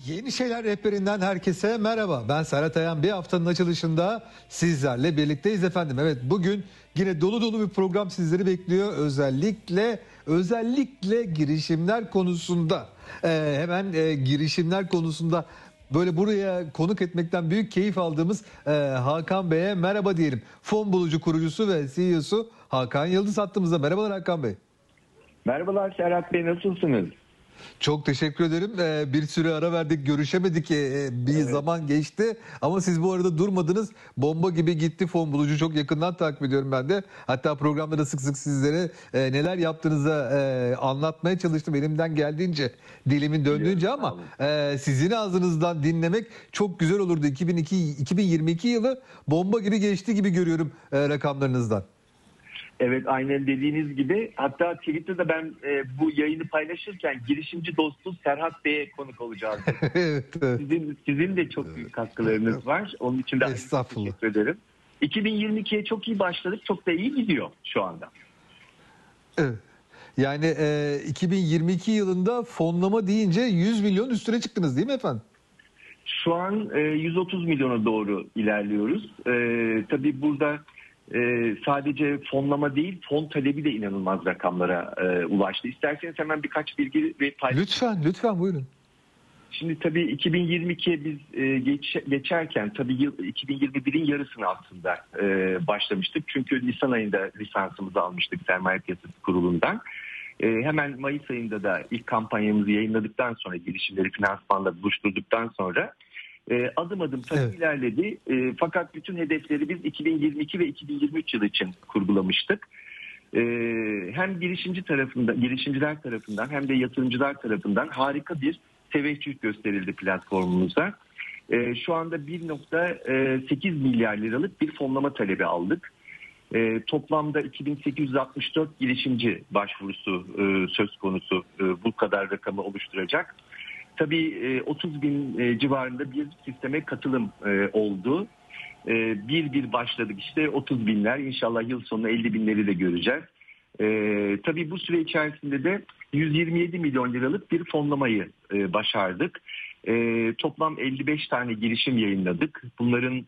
Yeni Şeyler Rehberinden herkese merhaba. Ben Serhat Ayan. Bir haftanın açılışında sizlerle birlikteyiz efendim. Evet, bugün yine dolu dolu bir program sizleri bekliyor. Özellikle girişimler konusunda. Hemen girişimler konusunda böyle buraya konuk etmekten büyük keyif aldığımız Hakan Bey'e merhaba diyelim. Fon Bulucu kurucusu ve CEO'su Hakan Yıldız hattımızda. Merhabalar Hakan Bey. Merhabalar Serhat Bey, nasılsınız? Çok teşekkür ederim. Bir süre ara verdik, görüşemedik. Bir zaman geçti. Ama siz bu arada durmadınız. Bomba gibi gitti Fon Bulucu. Çok yakından takip ediyorum ben de. Hatta programda sık sık sizlere neler yaptığınızı anlatmaya çalıştım. Elimden geldiğince, dilimin döndüğünce ama sizin ağzınızdan dinlemek çok güzel olurdu. 2022 yılı bomba gibi geçti gibi görüyorum rakamlarınızdan. Evet, aynen dediğiniz gibi. Hatta Twitter'da ben bu yayını paylaşırken girişimci dostu Serhat Bey'e konuk olacağız. Evet. Sizin de çok büyük katkılarınız var. Onun için de teşekkür ederim. 2022'ye çok iyi başladık. Çok da iyi gidiyor şu anda. Evet. Yani 2022 yılında fonlama deyince 100 milyon üstüne çıktınız değil mi efendim? Şu an 130 milyona doğru ilerliyoruz. Tabii burada sadece fonlama değil, fon talebi de inanılmaz rakamlara ulaştı. İsterseniz hemen birkaç bilgi ve paylaşayım. Lütfen buyurun. Şimdi tabii 2022'ye biz geçerken tabii 2021'in yarısını aslında başlamıştık. Çünkü Nisan ayında lisansımızı almıştık Sermaye Piyasası Kurulu'ndan. Hemen Mayıs ayında da ilk kampanyamızı yayınladıktan sonra, girişimleri finansmanla buluşturduktan sonra adım adım tabii ilerledi. Fakat bütün hedefleri biz 2022 ve 2023 yılı için kurgulamıştık. Hem girişimciler tarafından hem de yatırımcılar tarafından harika bir teveccüh gösterildi platformumuza. Şu anda 1.8 milyar liralık bir fonlama talebi aldık. Toplamda 2864 girişimci başvurusu söz konusu bu kadar rakamı oluşturacak. Tabii 30 bin civarında bir sisteme katılım oldu. Bir başladık işte 30 binler, inşallah yıl sonunda 50 binleri de göreceğiz. Tabii bu süre içerisinde de 127 milyon liralık bir fonlamayı başardık. Toplam 55 tane girişim yayınladık. Bunların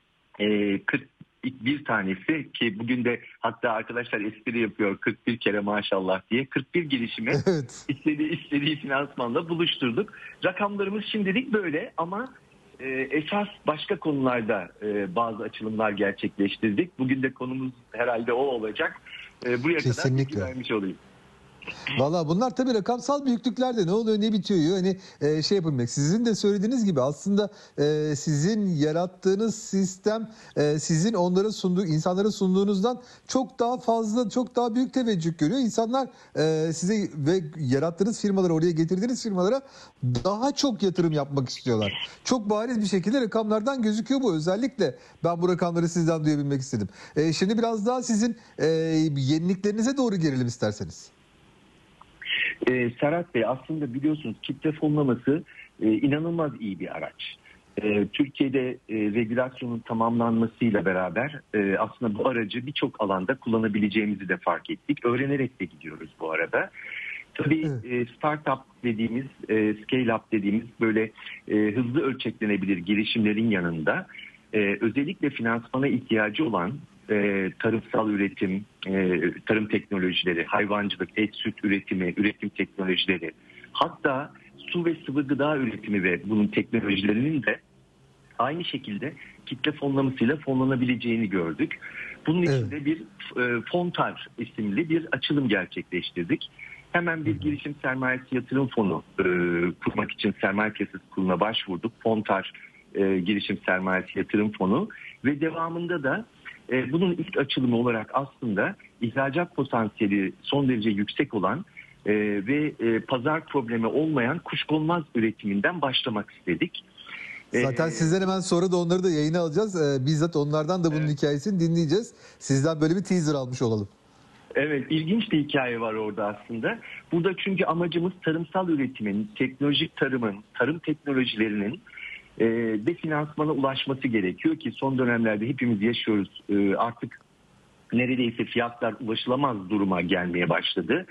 41 tanesi, ki bugün de hatta arkadaşlar espri yapıyor 41 kere maşallah diye, 41 girişimi istediği finansmanla buluşturduk. Rakamlarımız şimdilik böyle ama esas başka konularda bazı açılımlar gerçekleştirdik. Bugün de konumuz herhalde o olacak. Buraya kadar bilgi vermiş olayım. Valla bunlar tabii rakamsal büyüklüklerde ne oluyor ne bitiyor hani şey yapılmak. Sizin de söylediğiniz gibi aslında sizin yarattığınız sistem sizin onlara insanlara sunduğunuzdan çok daha fazla, çok daha büyük teveccüh görüyor. İnsanlar size ve yarattığınız firmalara, oraya getirdiğiniz firmalara daha çok yatırım yapmak istiyorlar. Çok bariz bir şekilde rakamlardan gözüküyor bu. Özellikle ben bu rakamları sizden duyabilmek istedim. Şimdi biraz daha sizin yeniliklerinize doğru gelelim isterseniz. Serhat Bey, aslında biliyorsunuz kitle fonlaması inanılmaz iyi bir araç. Türkiye'de regülasyonun tamamlanmasıyla beraber aslında bu aracı birçok alanda kullanabileceğimizi de fark ettik. Öğrenerek de gidiyoruz bu arada. Tabii startup dediğimiz, scale up dediğimiz böyle hızlı ölçeklenebilir girişimlerin yanında özellikle finansmana ihtiyacı olan tarımsal üretim, tarım teknolojileri, hayvancılık, et, süt üretimi, üretim teknolojileri, hatta su ve sıvı gıda üretimi ve bunun teknolojilerinin de aynı şekilde kitle fonlamasıyla fonlanabileceğini gördük. Bunun için de bir Fontar isimli bir açılım gerçekleştirdik. Hemen bir girişim sermayesi yatırım fonu kurmak için Sermaye Piyasası Kurulu'na başvurduk. Fontar girişim sermayesi yatırım fonu ve devamında da bunun ilk açılımı olarak aslında ihracat potansiyeli son derece yüksek olan ve pazar problemi olmayan kuşkonmaz üretiminden başlamak istedik. Zaten sizden hemen sonra da onları da yayına alacağız. Bizzat onlardan da bunun hikayesini dinleyeceğiz. Sizden böyle bir teaser almış olalım. Evet, ilginç bir hikaye var orada aslında. Burada çünkü amacımız tarımsal üretimin, teknolojik tarımın, tarım teknolojilerinin de finansmana ulaşması gerekiyor ki son dönemlerde hepimiz yaşıyoruz. Artık neredeyse fiyatlar ulaşılamaz duruma gelmeye başladı.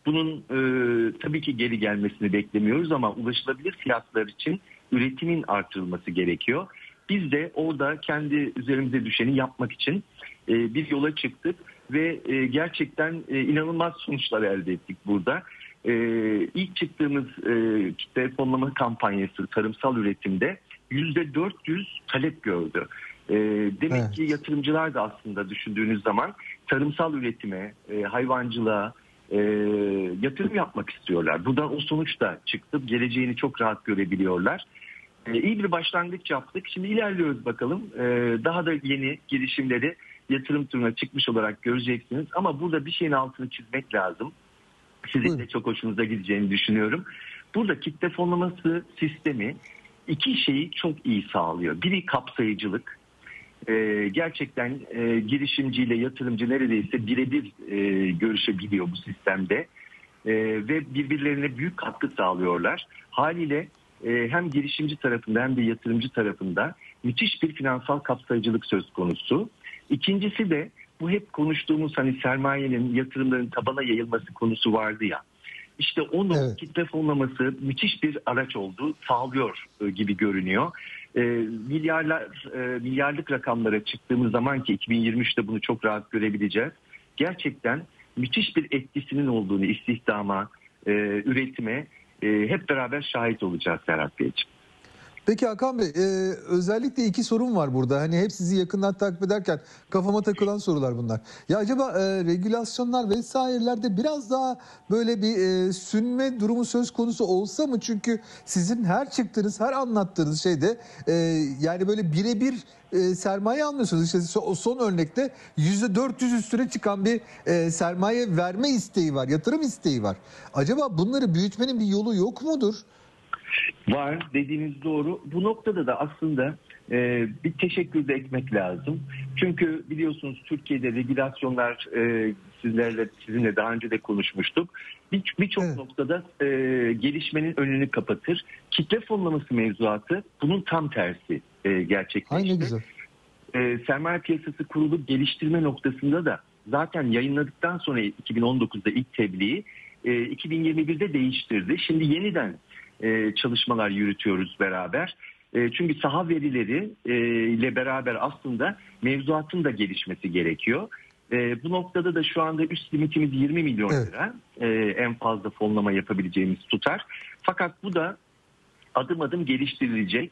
Bunun tabii ki geri gelmesini beklemiyoruz ama ulaşılabilir fiyatlar için üretimin artırılması gerekiyor. Biz de orada kendi üzerimize düşeni yapmak için bir yola çıktık ve gerçekten inanılmaz sonuçlar elde ettik burada. İlk çıktığımız kitle fonlama kampanyası tarımsal üretimde %400 talep gördü. Demek ki yatırımcılar da aslında düşündüğünüz zaman tarımsal üretime, hayvancılığa yatırım yapmak istiyorlar. Buradan o sonuç da çıktı. Geleceğini çok rahat görebiliyorlar. İyi bir başlangıç yaptık. Şimdi ilerliyoruz bakalım. Daha da yeni girişimleri yatırım turuna çıkmış olarak göreceksiniz. Ama burada bir şeyin altını çizmek lazım. Sizin de çok hoşunuza gideceğini düşünüyorum. Burada kitle fonlaması sistemi iki şeyi çok iyi sağlıyor. Biri kapsayıcılık. Gerçekten girişimciyle yatırımcı neredeyse birebir görüşebiliyor bu sistemde. Ve birbirlerine büyük katkı sağlıyorlar. Haliyle hem girişimci tarafında hem de yatırımcı tarafında müthiş bir finansal kapsayıcılık söz konusu. İkincisi de bu hep konuştuğumuz hani sermayenin, yatırımların tabana yayılması konusu vardı ya. İşte onu kitle fonlaması müthiş bir araç oldu, sağlıyor gibi görünüyor. Milyarlık rakamlara çıktığımız zaman ki 2023'te bunu çok rahat görebileceğiz. Gerçekten müthiş bir etkisinin olduğunu istihdama, üretime hep beraber şahit olacağız Serhat Beyciğim. Peki Hakan Bey, özellikle iki sorun var burada. Hani hep sizi yakından takip ederken kafama takılan sorular bunlar. Ya acaba regülasyonlar vesairelerde biraz daha böyle bir sünme durumu söz konusu olsa mı? Çünkü sizin her çıktığınız, her anlattığınız şeyde yani böyle birebir sermaye almıyorsunuz. İşte o son örnekte %400 üstüne çıkan bir sermaye verme isteği var, yatırım isteği var. Acaba bunları büyütmenin bir yolu yok mudur? Var, dediğiniz doğru. Bu noktada da aslında bir teşekkür de etmek lazım. Çünkü biliyorsunuz Türkiye'de regülasyonlar sizinle daha önce de konuşmuştuk. Birçok noktada gelişmenin önünü kapatır. Kitle fonlaması mevzuatı bunun tam tersi gerçekleşti. Aynı güzel. Sermaye Piyasası Kurulu geliştirme noktasında da zaten yayınladıktan sonra 2019'da ilk tebliği 2021'de değiştirdi. Şimdi yeniden çalışmalar yürütüyoruz beraber. Çünkü saha verileri ile beraber aslında mevzuatın da gelişmesi gerekiyor. Bu noktada da şu anda üst limitimiz 20 milyon lira. En fazla fonlama yapabileceğimiz tutar. Fakat bu da adım adım geliştirilecek.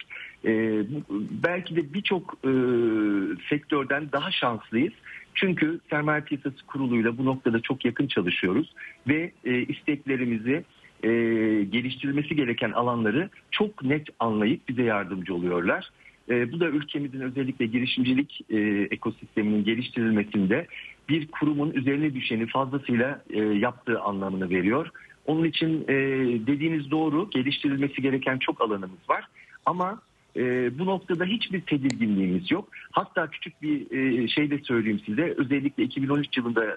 Belki de birçok sektörden daha şanslıyız. Çünkü Sermaye Piyasası Kurulu'yla bu noktada çok yakın çalışıyoruz ve isteklerimizi geliştirilmesi gereken alanları çok net anlayıp bize yardımcı oluyorlar. Bu da ülkemizin özellikle girişimcilik ekosisteminin geliştirilmesinde bir kurumun üzerine düşeni fazlasıyla yaptığı anlamını veriyor. Onun için dediğiniz doğru, geliştirilmesi gereken çok alanımız var. Ama bu noktada hiçbir tedirginliğimiz yok. Hatta küçük bir şey de söyleyeyim size. Özellikle 2013 yılında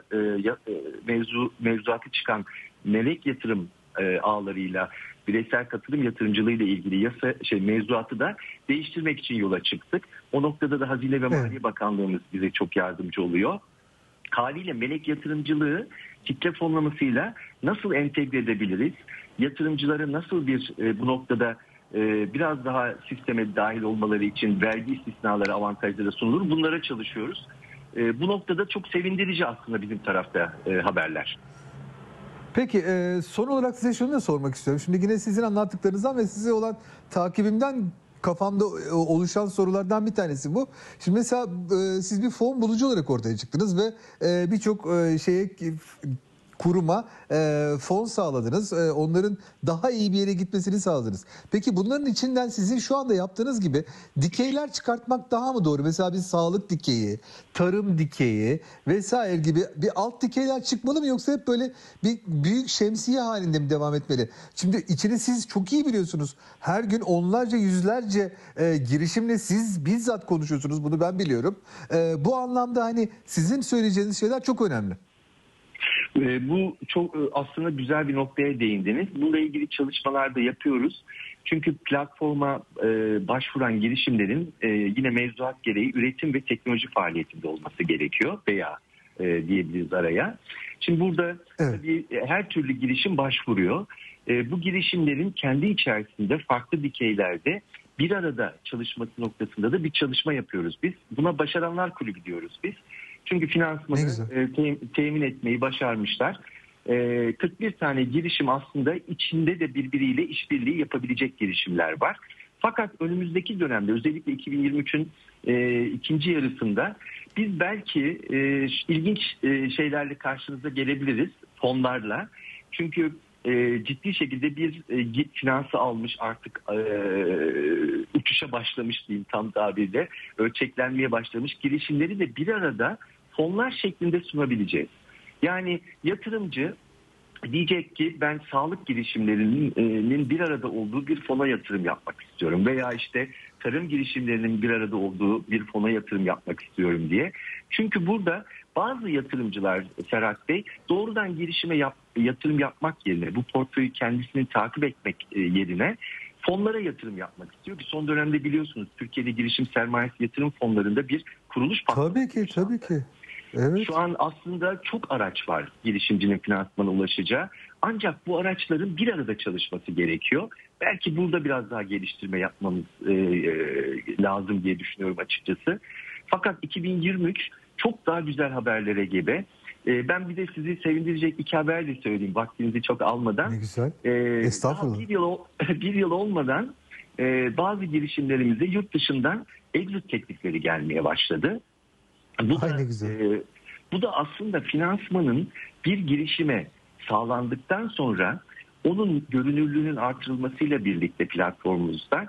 mevzuatı çıkan melek yatırım ağlarıyla bireysel katılım yatırımcılığı ile ilgili mevzuatı da değiştirmek için yola çıktık. O noktada da Hazine ve Maliye Bakanlığımız bize çok yardımcı oluyor. Haliyle melek yatırımcılığı kitle fonlamasıyla nasıl entegre edebiliriz? Yatırımcıları nasıl bu noktada biraz daha sisteme dahil olmaları için vergi istisnaları, avantajları sunulur? Bunlara çalışıyoruz. Bu noktada çok sevindirici aslında bizim tarafta haberler. Peki son olarak size şunu da sormak istiyorum. Şimdi yine sizin anlattıklarınızdan ve size olan takibimden kafamda oluşan sorulardan bir tanesi bu. Şimdi mesela siz bir fon bulucu olarak ortaya çıktınız ve birçok kuruma fon sağladınız. Onların daha iyi bir yere gitmesini sağladınız. Peki bunların içinden sizin şu anda yaptığınız gibi dikeyler çıkartmak daha mı doğru? Mesela bir sağlık dikeyi, tarım dikeyi vesaire gibi bir alt dikeyler çıkmalı mı, yoksa hep böyle bir büyük şemsiye halinde mi devam etmeli? Şimdi içini siz çok iyi biliyorsunuz. Her gün onlarca yüzlerce girişimle siz bizzat konuşuyorsunuz. Bunu ben biliyorum. Bu anlamda hani sizin söyleyeceğiniz şeyler çok önemli. Bu çok aslında güzel bir noktaya değindiniz. Bununla ilgili çalışmalar da yapıyoruz. Çünkü platforma başvuran girişimlerin yine mevzuat gereği üretim ve teknoloji faaliyetinde olması gerekiyor veya diyebiliriz araya. Şimdi burada tabii her türlü girişim başvuruyor. Bu girişimlerin kendi içerisinde farklı dikeylerde bir arada çalışması noktasında da bir çalışma yapıyoruz biz. Buna Başaranlar Kulübü diyoruz biz. Çünkü finansmanı temin etmeyi başarmışlar. 41 tane girişim aslında içinde de birbiriyle işbirliği yapabilecek girişimler var. Fakat önümüzdeki dönemde özellikle 2023'ün ikinci yarısında biz belki ilginç şeylerle karşınıza gelebiliriz fonlarla. Çünkü ciddi şekilde bir finansı almış artık uçuşa başlamış diyeyim tam tabirle ölçeklenmeye başlamış girişimleri de bir arada fonlar şeklinde sunabileceğiz. Yani yatırımcı diyecek ki ben sağlık girişimlerinin bir arada olduğu bir fona yatırım yapmak istiyorum veya işte tarım girişimlerinin bir arada olduğu bir fona yatırım yapmak istiyorum diye. Çünkü burada bazı yatırımcılar Serhat Bey doğrudan girişime yatırım yapmak yerine bu portföyü kendisini takip etmek yerine fonlara yatırım yapmak istiyor ki son dönemde biliyorsunuz Türkiye'de girişim sermayesi yatırım fonlarında bir kuruluş patladı. Tabii ki. Evet. Şu an aslında çok araç var girişimcinin finansmana ulaşacağı. Ancak bu araçların bir arada çalışması gerekiyor. Belki burada biraz daha geliştirme yapmamız lazım diye düşünüyorum açıkçası. Fakat 2023 çok daha güzel haberlere gebe. Ben bir de sizi sevindirecek iki haber de söyleyeyim vaktinizi çok almadan. Ne güzel. Estağfurullah. Daha bir yıl olmadan bazı girişimlerimize yurt dışından exit teklifleri gelmeye başladı. Bu da aslında finansmanın bir girişime sağlandıktan sonra onun görünürlüğünün artırılmasıyla birlikte platformumuzda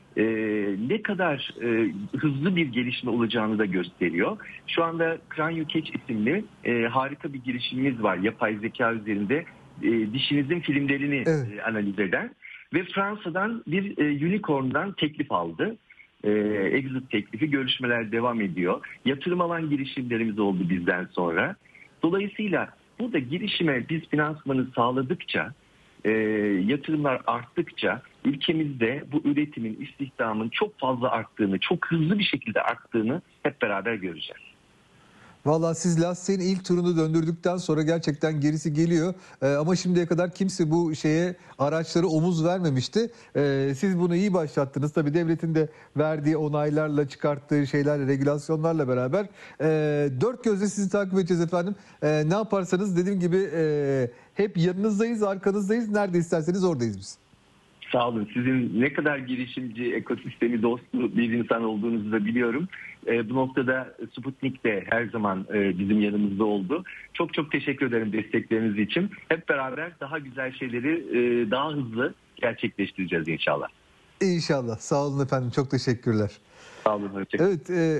ne kadar hızlı bir gelişme olacağını da gösteriyor. Şu anda CranUCatch isimli harika bir girişimimiz var. Yapay zeka üzerinde dişinizin filmlerini analiz eden ve Fransa'dan bir unicorn'dan teklif aldı. Exit teklifi görüşmeler devam ediyor. Yatırım alan girişimlerimiz oldu bizden sonra. Dolayısıyla burada girişime biz finansmanı sağladıkça, yatırımlar arttıkça ülkemizde bu üretimin, istihdamın çok fazla arttığını, çok hızlı bir şekilde arttığını hep beraber göreceğiz. Vallahi siz lastiğin ilk turunu döndürdükten sonra gerçekten gerisi geliyor. Ama şimdiye kadar kimse bu araçları omuz vermemişti. Siz bunu iyi başlattınız. Tabii devletin de verdiği onaylarla çıkarttığı şeylerle, regülasyonlarla beraber dört gözle sizi takip edeceğiz efendim. Ne yaparsanız dediğim gibi hep yanınızdayız, arkanızdayız. Nerede isterseniz oradayız biz. Sağ olun. Sizin ne kadar girişimci, ekosistemi dostu bir insan olduğunuzu da biliyorum. Bu noktada Sputnik de her zaman bizim yanımızda oldu. Çok çok teşekkür ederim destekleriniz için. Hep beraber daha güzel şeyleri daha hızlı gerçekleştireceğiz inşallah. İnşallah. Sağ olun efendim. Çok teşekkürler. Sağ olun. Hoşçakalın. Evet.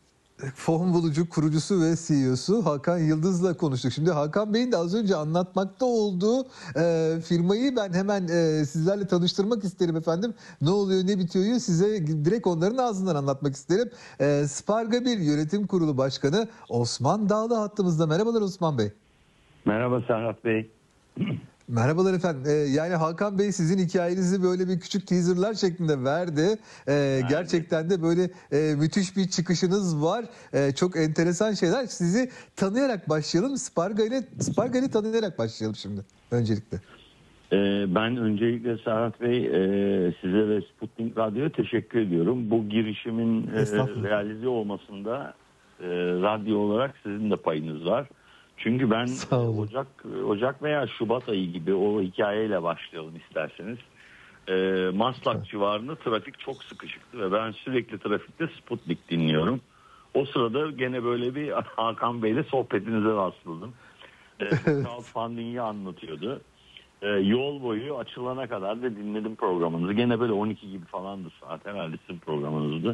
Fon Bulucu kurucusu ve CEO'su Hakan Yıldız'la konuştuk. Şimdi Hakan Bey'in de az önce anlatmakta olduğu firmayı ben hemen sizlerle tanıştırmak isterim efendim. Ne oluyor ne bitiyor size direkt onların ağzından anlatmak isterim. Sparga 1 Yönetim Kurulu Başkanı Osman Dağlı hattımızda. Merhabalar Osman Bey. Merhaba Serhat Bey. Merhabalar efendim. Yani Hakan Bey sizin hikayenizi böyle bir küçük teaserlar şeklinde verdi. Gerçekten de böyle müthiş bir çıkışınız var. Çok enteresan şeyler. Sizi tanıyarak başlayalım. Sparga'yı tanıyarak başlayalım şimdi öncelikle. Ben öncelikle Serhat Bey size ve Sputnik Radyo'ya teşekkür ediyorum. Bu girişimin realize olmasında radyo olarak sizin de payınız var. Çünkü ben Ocak veya Şubat ayı gibi o hikayeyle başlayalım isterseniz. Maslak civarında trafik çok sıkışıktı ve ben sürekli trafikte Sputnik dinliyorum. O sırada gene böyle bir Hakan Bey'le sohbetinize rastladım. Crowdfunding'i anlatıyordu. Yol boyu açılana kadar da dinledim programınızı. Gene böyle 12 gibi falandı saat, herhalde sizin programınızdı.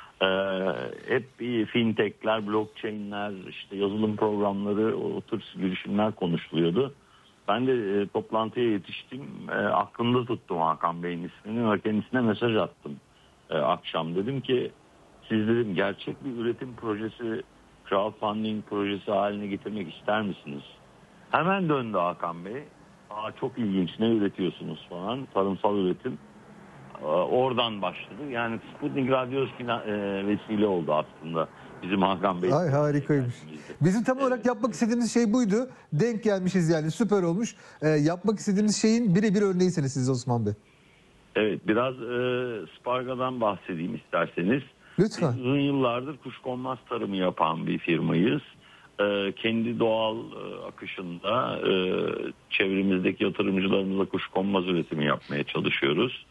Hep fintechler, blockchain'ler, işte yazılım programları, o tür girişimler konuşuluyordu. Ben de toplantıya yetiştim. Aklımda tuttum Hakan Bey'in ismini ve kendisine mesaj attım akşam. Dedim ki siz dedim gerçek bir üretim projesi, crowdfunding projesi haline getirmek ister misiniz? Hemen döndü Hakan Bey. Çok ilginç, ne üretiyorsunuz falan, tarımsal üretim. oradan başladı. Yani Sputnik Radyo vesile oldu aslında bizim Hakan Bey. Ay harikaymış. Bizim tam olarak yapmak istediğimiz şey buydu. Denk gelmişiz yani, süper olmuş. Yapmak istediğimiz şeyin birebir örneğisiniz siz Osman Bey. Evet, biraz Sparga'dan bahsedeyim isterseniz. Lütfen. Biz uzun yıllardır kuşkonmaz tarımı yapan bir firmayız. Kendi doğal akışında çevremizdeki yatırımcılarımızla kuşkonmaz üretimi yapmaya çalışıyoruz.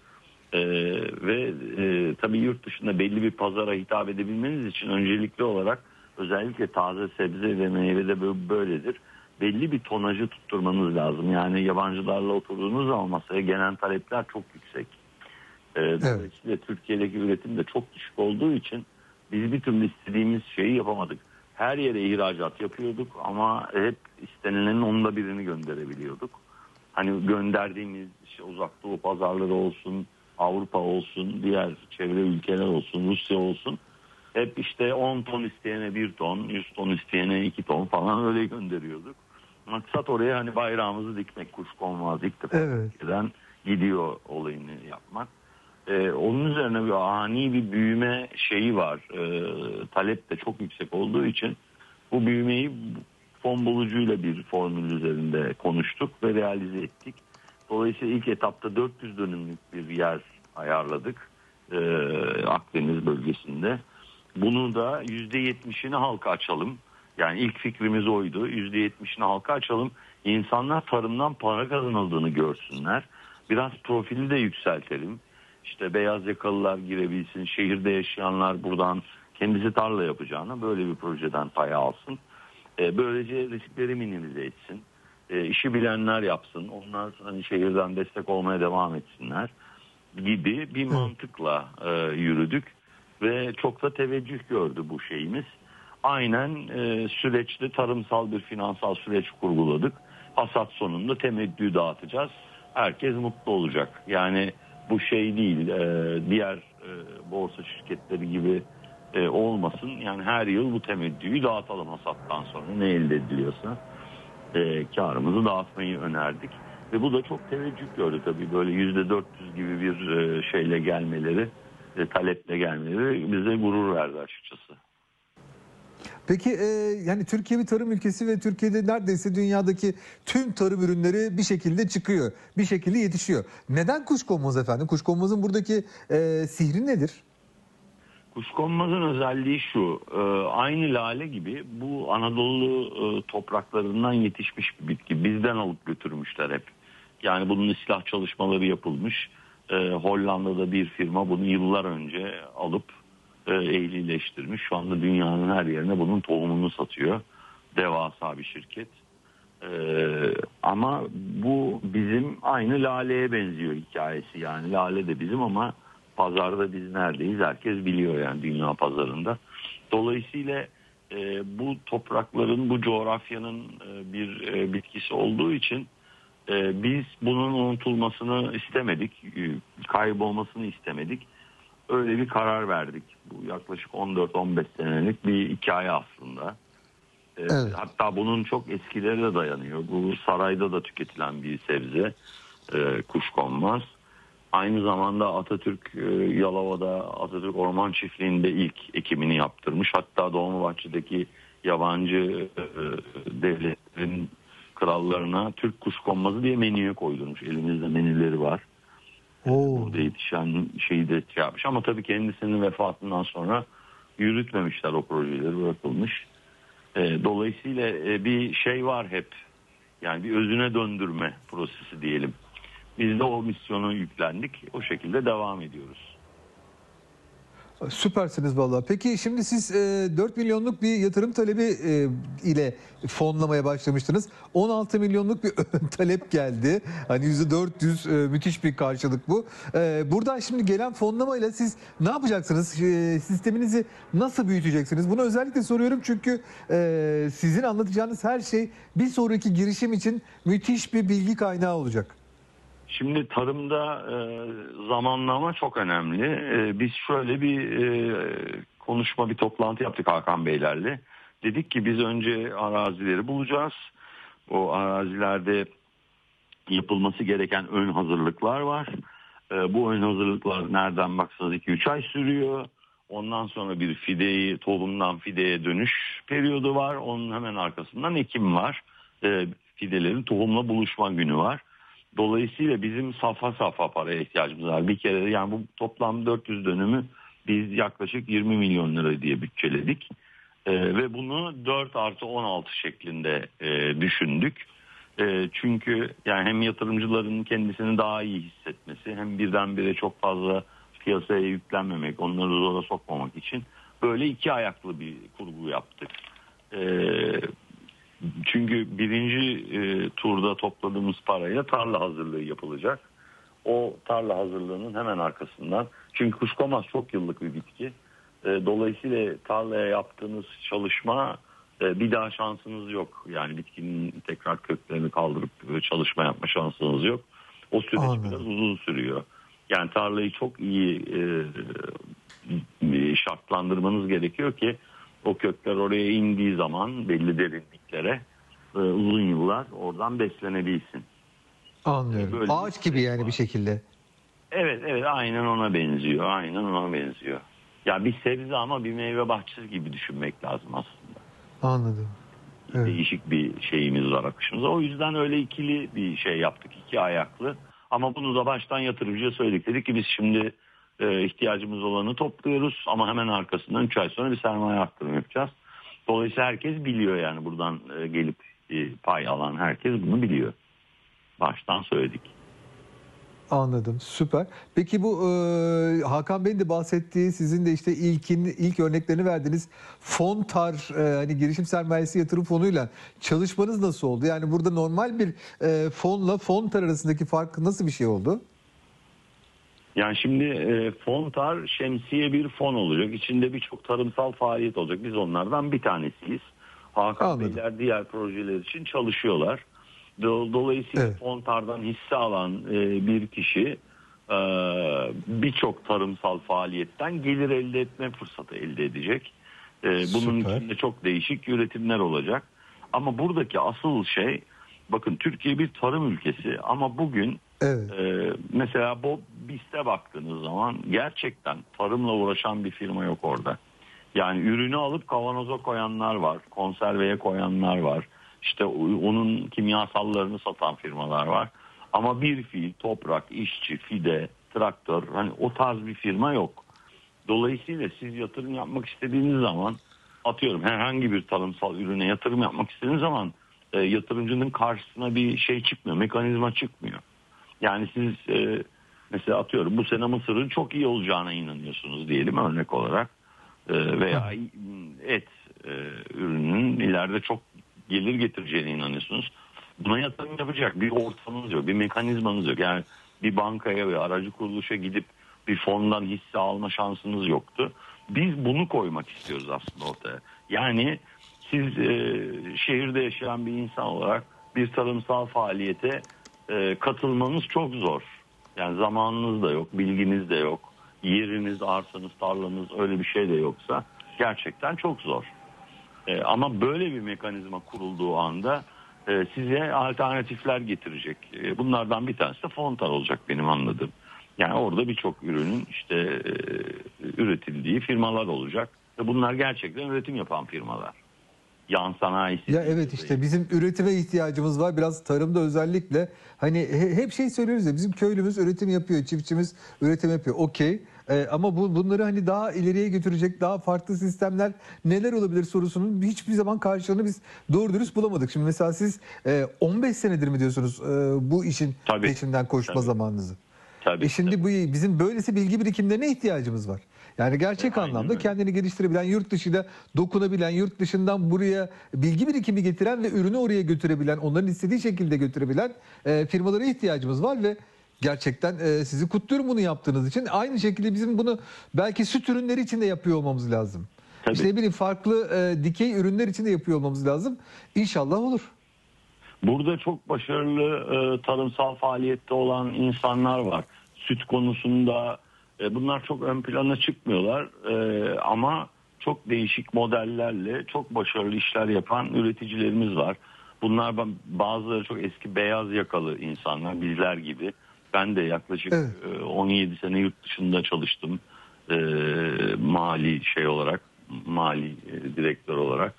Ve tabii yurt dışında belli bir pazara hitap edebilmeniz için öncelikli olarak özellikle taze sebze ve meyvede böyledir. Belli bir tonajı tutturmanız lazım. Yani yabancılarla oturduğunuz zaman masaya gelen talepler çok yüksek. Dolayısıyla Türkiye'deki üretim de çok düşük olduğu için biz bir türlü istediğimiz şeyi yapamadık. Her yere ihracat yapıyorduk ama hep istenilenin 1/10'ını gönderebiliyorduk. Hani gönderdiğimiz işte Uzak Doğu pazarları olsun, Avrupa olsun, diğer çevre ülkeler olsun, Rusya olsun. Hep işte 10 ton isteyene 1 ton, 100 ton isteyene 2 ton falan öyle gönderiyorduk. Maksat oraya hani bayrağımızı dikmek, kuşkonmaz ilk defa ülkeden gidiyor olayını yapmak. Onun üzerine bir ani bir büyüme şeyi var. Talep de çok yüksek olduğu için bu büyümeyi fon bulucuyla bir formül üzerinde konuştuk ve realize ettik. Dolayısıyla ilk etapta 400 dönümlük bir yer ayarladık Akdeniz bölgesinde. Bunu da %70'ini halka açalım. Yani ilk fikrimiz oydu. %70'ini halka açalım. İnsanlar tarımdan para kazanıldığını görsünler. Biraz profili de yükseltelim. İşte beyaz yakalılar girebilsin. Şehirde yaşayanlar buradan kendisi tarla yapacağına böyle bir projeden pay alsın. Böylece riskleri minimize etsin. İşi bilenler yapsın. Onlar hani şehirden destek olmaya devam etsinler gibi bir mantıkla yürüdük ve çok da teveccüh gördü bu şeyimiz. Aynen süreçte tarımsal bir finansal süreç kurguladık. Hasat sonunda temettü dağıtacağız. Herkes mutlu olacak. Yani bu şey değil, diğer borsa şirketleri gibi olmasın. Yani her yıl bu temettüyü dağıtalım hasattan sonra ne elde ediliyorsa karımızı dağıtmayı önerdik. Ve bu da çok teveccüh gördü tabii. Böyle %400 gibi bir şeyle gelmeleri, taleple gelmeleri bize gurur verdi açıkçası. Peki yani Türkiye bir tarım ülkesi ve Türkiye'de neredeyse dünyadaki tüm tarım ürünleri bir şekilde çıkıyor. Bir şekilde yetişiyor. Neden kuşkonmaz efendim? Kuşkonmazın buradaki sihri nedir? Kuşkonmazın özelliği şu, aynı lale gibi bu Anadolu topraklarından yetişmiş bir bitki. Bizden alıp götürmüşler hep. Yani bunun ıslah çalışmaları yapılmış. Hollanda'da bir firma bunu yıllar önce alıp ehlileştirmiş. Şu anda dünyanın her yerine bunun tohumunu satıyor. Devasa bir şirket. Ama bu bizim aynı laleye benziyor hikayesi. Yani lale de bizim ama pazarda biz neredeyiz herkes biliyor yani dünya pazarında. Dolayısıyla bu toprakların, bu coğrafyanın bir bitkisi olduğu için biz bunun unutulmasını istemedik, kaybolmasını istemedik. Öyle bir karar verdik. Bu yaklaşık 14-15 senelik bir hikaye aslında. Evet. Hatta bunun çok eskileri de dayanıyor. Bu sarayda da tüketilen bir sebze, kuşkonmaz. Aynı zamanda Atatürk Yalova'da Atatürk Orman Çiftliği'nde ilk ekimini yaptırmış. Hatta Dolmabahçe'deki yabancı devletlerin krallarına Türk kuşkonmazı diye menüye koydurmuş. Elimizde menüleri var. Burada yetişen şeyi de yapmış. Ama tabii kendisinin vefatından sonra yürütmemişler o projeleri, bırakılmış. Dolayısıyla bir şey var hep. Yani bir özüne döndürme prosesi diyelim. Biz de o misyonu yüklendik. O şekilde devam ediyoruz. Süpersiniz vallahi. Peki şimdi siz 4 milyonluk bir yatırım talebi ile fonlamaya başlamıştınız. 16 milyonluk bir talep geldi. Hani %400 müthiş bir karşılık bu. Buradan şimdi gelen fonlamayla siz ne yapacaksınız? Sisteminizi nasıl büyüteceksiniz? Bunu özellikle soruyorum çünkü sizin anlatacağınız her şey bir sonraki girişim için müthiş bir bilgi kaynağı olacak. Şimdi tarımda zamanlama çok önemli. Biz şöyle bir konuşma, bir toplantı yaptık Hakan Beylerle. Dedik ki biz önce arazileri bulacağız. O arazilerde yapılması gereken ön hazırlıklar var. Bu ön hazırlıklar nereden baksanız 2-3 ay sürüyor. Ondan sonra bir tohumdan fideye dönüş periyodu var. Onun hemen arkasından ekim var. Fidelerin tohumla buluşma günü var. Dolayısıyla bizim safha paraya ihtiyacımız var. Bir kere yani bu toplam 400 dönümü biz yaklaşık 20 milyon lira diye bütçeledik. Ve bunu 4+16 şeklinde düşündük. Çünkü yani hem yatırımcıların kendisini daha iyi hissetmesi, hem birdenbire çok fazla piyasaya yüklenmemek, onları zora sokmamak için böyle 2 ayaklı bir kurgu yaptık. Çünkü birinci turda topladığımız parayla tarla hazırlığı yapılacak. O tarla hazırlığının hemen arkasından, çünkü kuşkonmaz çok yıllık bir bitki. Dolayısıyla tarlaya yaptığınız çalışma bir daha şansınız yok. Yani bitkinin tekrar köklerini kaldırıp çalışma yapma şansınız yok. O süreç biraz uzun sürüyor. Yani tarlayı çok iyi şartlandırmanız gerekiyor ki o kökler oraya indiği zaman belli derinliklere uzun yıllar oradan beslenebilsin. Anlıyorum. Böyle Ağaç gibi yani bir şekilde. Evet aynen ona benziyor. Ya bir sebze ama bir meyve bahçesi gibi düşünmek lazım aslında. Anladım. Evet. Değişik bir şeyimiz var, akışımız. O yüzden öyle ikili bir şey yaptık, 2 ayaklı. Ama bunu da baştan yatırımcıya söyledik. Dedik ki biz şimdi ihtiyacımız olanı topluyoruz ama hemen arkasından 3 ay sonra bir sermaye arttırma yapacağız. Dolayısıyla herkes biliyor, yani buradan gelip pay alan herkes bunu biliyor. Baştan söyledik. Anladım. Süper. Peki bu Hakan Bey'in de bahsettiği, sizin de işte ilk örneklerini verdiğiniz Fontar hani girişim sermayesi yatırım fonuyla çalışmanız nasıl oldu? Yani burada normal bir fonla Fontar arasındaki fark nasıl bir şey oldu? Yani şimdi Fontar şemsiye bir fon olacak. İçinde birçok tarımsal faaliyet olacak. Biz onlardan bir tanesiyiz. Hakan Beyler diğer projeler için çalışıyorlar. Dolayısıyla evet, Fontar'dan hisse alan bir kişi birçok tarımsal faaliyetten gelir elde etme fırsatı elde edecek. Bunun içinde çok değişik üretimler olacak. Ama buradaki asıl şey, bakın Türkiye bir tarım ülkesi ama bugün evet, mesela Bob Bist'e baktığınız zaman gerçekten tarımla uğraşan bir firma yok orada. Yani ürünü alıp kavanoza koyanlar var, konserveye koyanlar var. İşte onun kimyasallarını satan firmalar var. Ama bir fiil, toprak, işçi, fide, traktör, hani o tarz bir firma yok. Dolayısıyla siz yatırım yapmak istediğiniz zaman, atıyorum herhangi bir tarımsal ürüne yatırım yapmak istediğiniz zaman yatırımcının karşısına bir şey çıkmıyor, mekanizma çıkmıyor. Yani siz mesela atıyorum bu sene mısırın çok iyi olacağına inanıyorsunuz diyelim örnek olarak. Veya et ürünün ileride çok gelir getireceğine inanıyorsunuz. Buna yatırım yapacak bir ortamınız yok, bir mekanizmanız yok. Yani bir bankaya ve aracı kuruluşa gidip bir fondan hisse alma şansınız yoktu. Biz bunu koymak istiyoruz aslında ortaya. Yani siz şehirde yaşayan bir insan olarak bir tarımsal faaliyete katılmanız çok zor. Yani zamanınız da yok, bilginiz de yok. Yeriniz, arsanız, tarlanız öyle bir şey de yoksa gerçekten çok zor. Ama böyle bir mekanizma kurulduğu anda size alternatifler getirecek. Bunlardan bir tanesi de Fontar olacak benim anladığım. Yani orada birçok ürünün işte üretildiği firmalar olacak. Ve bunlar gerçekten üretim yapan firmalar. Yan sanayisi. Ya evet, işte bizim üretime ihtiyacımız var. Biraz tarımda özellikle hani hep şey söylüyoruz ya, bizim köylümüz üretim yapıyor, çiftçimiz üretim yapıyor. Okey. Ama bunları hani daha ileriye götürecek daha farklı sistemler neler olabilir sorusunun hiçbir zaman karşılığını biz doğru dürüst bulamadık. Şimdi mesela siz 15 senedir mi diyorsunuz bu işin peşinden koşma zamanınızı? Şimdi bu bizim böylesi bilgi birikimlerine ihtiyacımız var. Yani gerçek anlamda kendini geliştirebilen, yurt dışıyla dokunabilen, yurt dışından buraya bilgi birikimi getiren ve ürünü oraya götürebilen, onların istediği şekilde götürebilen firmalara ihtiyacımız var ve gerçekten sizi kutluyorum bunu yaptığınız için. Aynı şekilde bizim bunu belki süt ürünleri için de yapıyor olmamız lazım. Tabii. İşte ne bileyim farklı dikey ürünler için de yapıyor olmamız lazım. İnşallah olur. Burada çok başarılı tarımsal faaliyette olan insanlar var. Süt konusunda bunlar çok ön plana çıkmıyorlar ama çok değişik modellerle çok başarılı işler yapan üreticilerimiz var. Bunlar bazıları çok eski beyaz yakalı insanlar, bizler gibi. Ben de yaklaşık Evet. 17 sene yurt dışında çalıştım. Mali direktör olarak.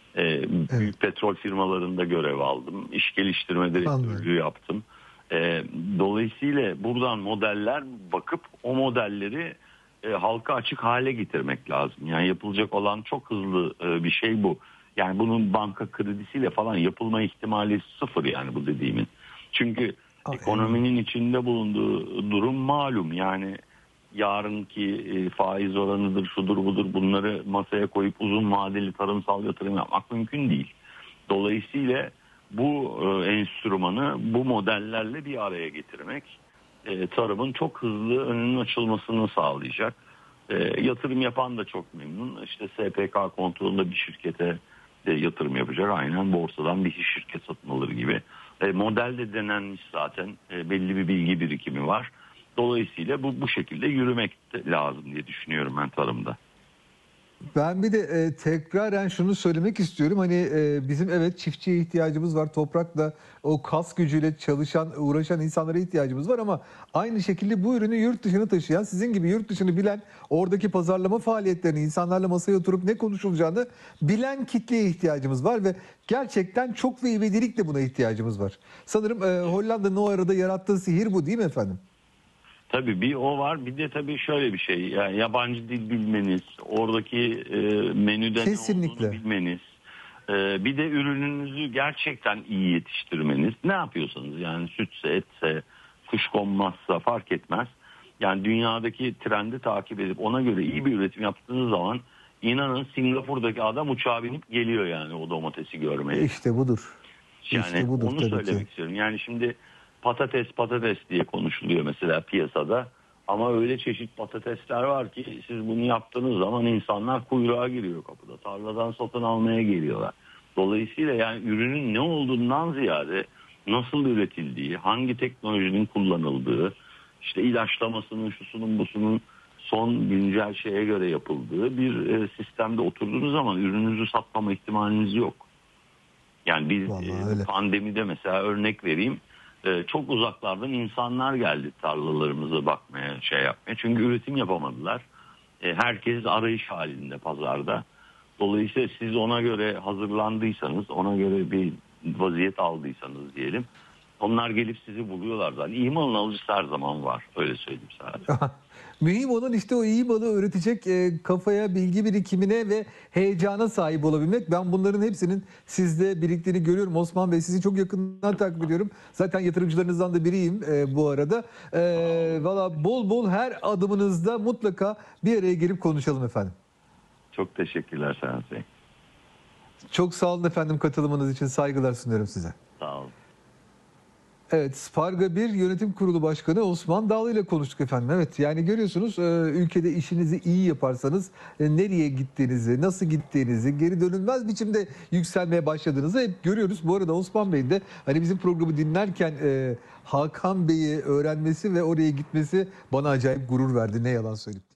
Büyük petrol firmalarında görev aldım. İş geliştirme direktörlüğü yaptım. Dolayısıyla buradan modeller bakıp o modelleri halka açık hale getirmek lazım. Yani yapılacak olan çok hızlı bir şey bu. Yani bunun banka kredisiyle falan yapılma ihtimali sıfır yani bu dediğimin. Çünkü ekonominin içinde bulunduğu durum malum. Yani yarınki faiz oranıdır, şudur budur, bunları masaya koyup uzun vadeli tarımsal yatırım yapmak mümkün değil. Dolayısıyla bu enstrümanı bu modellerle bir araya getirmek tarımın çok hızlı önünün açılmasını sağlayacak. Yatırım yapan da çok memnun. İşte SPK kontrolünde bir şirkete de yatırım yapacak. Aynen borsadan bir şirket satın alır gibi. Model de denenmiş zaten. Belli bir bilgi birikimi var. Dolayısıyla bu şekilde yürümek lazım diye düşünüyorum ben tarımda. Ben bir de tekraren şunu söylemek istiyorum. Hani bizim evet çiftçiye ihtiyacımız var. Toprakla o kas gücüyle uğraşan insanlara ihtiyacımız var ama aynı şekilde bu ürünü yurt dışına taşıyan, sizin gibi yurt dışını bilen, oradaki pazarlama faaliyetlerini, insanlarla masaya oturup ne konuşulacağını bilen kitleye ihtiyacımız var ve gerçekten çok ve ivedilikle buna ihtiyacımız var. Sanırım Hollanda'nın o arada yarattığı sihir bu değil mi efendim? Tabii bir o var, bir de tabii şöyle bir şey, yani yabancı dil bilmeniz, oradaki menüde Kesinlikle ne olduğunu bilmeniz, bir de ürününüzü gerçekten iyi yetiştirmeniz. Ne yapıyorsanız yani sütse, etse, kuşkonmazsa fark etmez. Yani dünyadaki trendi takip edip ona göre iyi bir üretim yaptığınız zaman inanın Singapur'daki adam uçağa binip geliyor yani o domatesi görmeye. İşte budur. Yani İşte budur onu tabii söylemek ki. istiyorum. Yani şimdi patates diye konuşuluyor mesela piyasada. Ama öyle çeşit patatesler var ki siz bunu yaptığınız zaman insanlar kuyruğa giriyor kapıda. Tarladan satın almaya geliyorlar. Dolayısıyla yani ürünün ne olduğundan ziyade nasıl üretildiği, hangi teknolojinin kullanıldığı, işte ilaçlamasının, şusunun, busunun son güncel şeye göre yapıldığı bir sistemde oturduğunuz zaman ürününüzü satmama ihtimaliniz yok. Yani biz pandemide mesela örnek vereyim, çok uzaklardan insanlar geldi tarlalarımıza bakmaya, yapmaya. Çünkü üretim yapamadılar. Herkes arayış halinde pazarda. Dolayısıyla siz ona göre hazırlandıysanız, ona göre bir vaziyet aldıysanız diyelim, onlar gelip sizi buluyorlar zaten. İyi malın alıcısı her zaman var. Öyle söyleyeyim sadece. Mühim olan işte o iyi malı öğretecek kafaya, bilgi birikimine ve heyecana sahip olabilmek. Ben bunların hepsinin sizde biriktiğini görüyorum. Osman Bey, sizi çok yakından takip ediyorum. Zaten yatırımcılarınızdan da biriyim bu arada. Valla bol bol her adımınızda mutlaka bir araya gelip konuşalım efendim. Çok teşekkürler Serhat Bey. Çok sağ olun efendim, katılımınız için saygılar sunuyorum size. Sağ olun. Evet, Sparga 1 Yönetim Kurulu Başkanı Osman Dağlı ile konuştuk efendim. Evet, yani görüyorsunuz ülkede işinizi iyi yaparsanız nereye gittiğinizi, nasıl gittiğinizi, geri dönülmez biçimde yükselmeye başladığınızı hep görüyoruz. Bu arada Osman Bey'in de hani bizim programı dinlerken Hakan Bey'i öğrenmesi ve oraya gitmesi bana acayip gurur verdi, ne yalan söyleyeyim.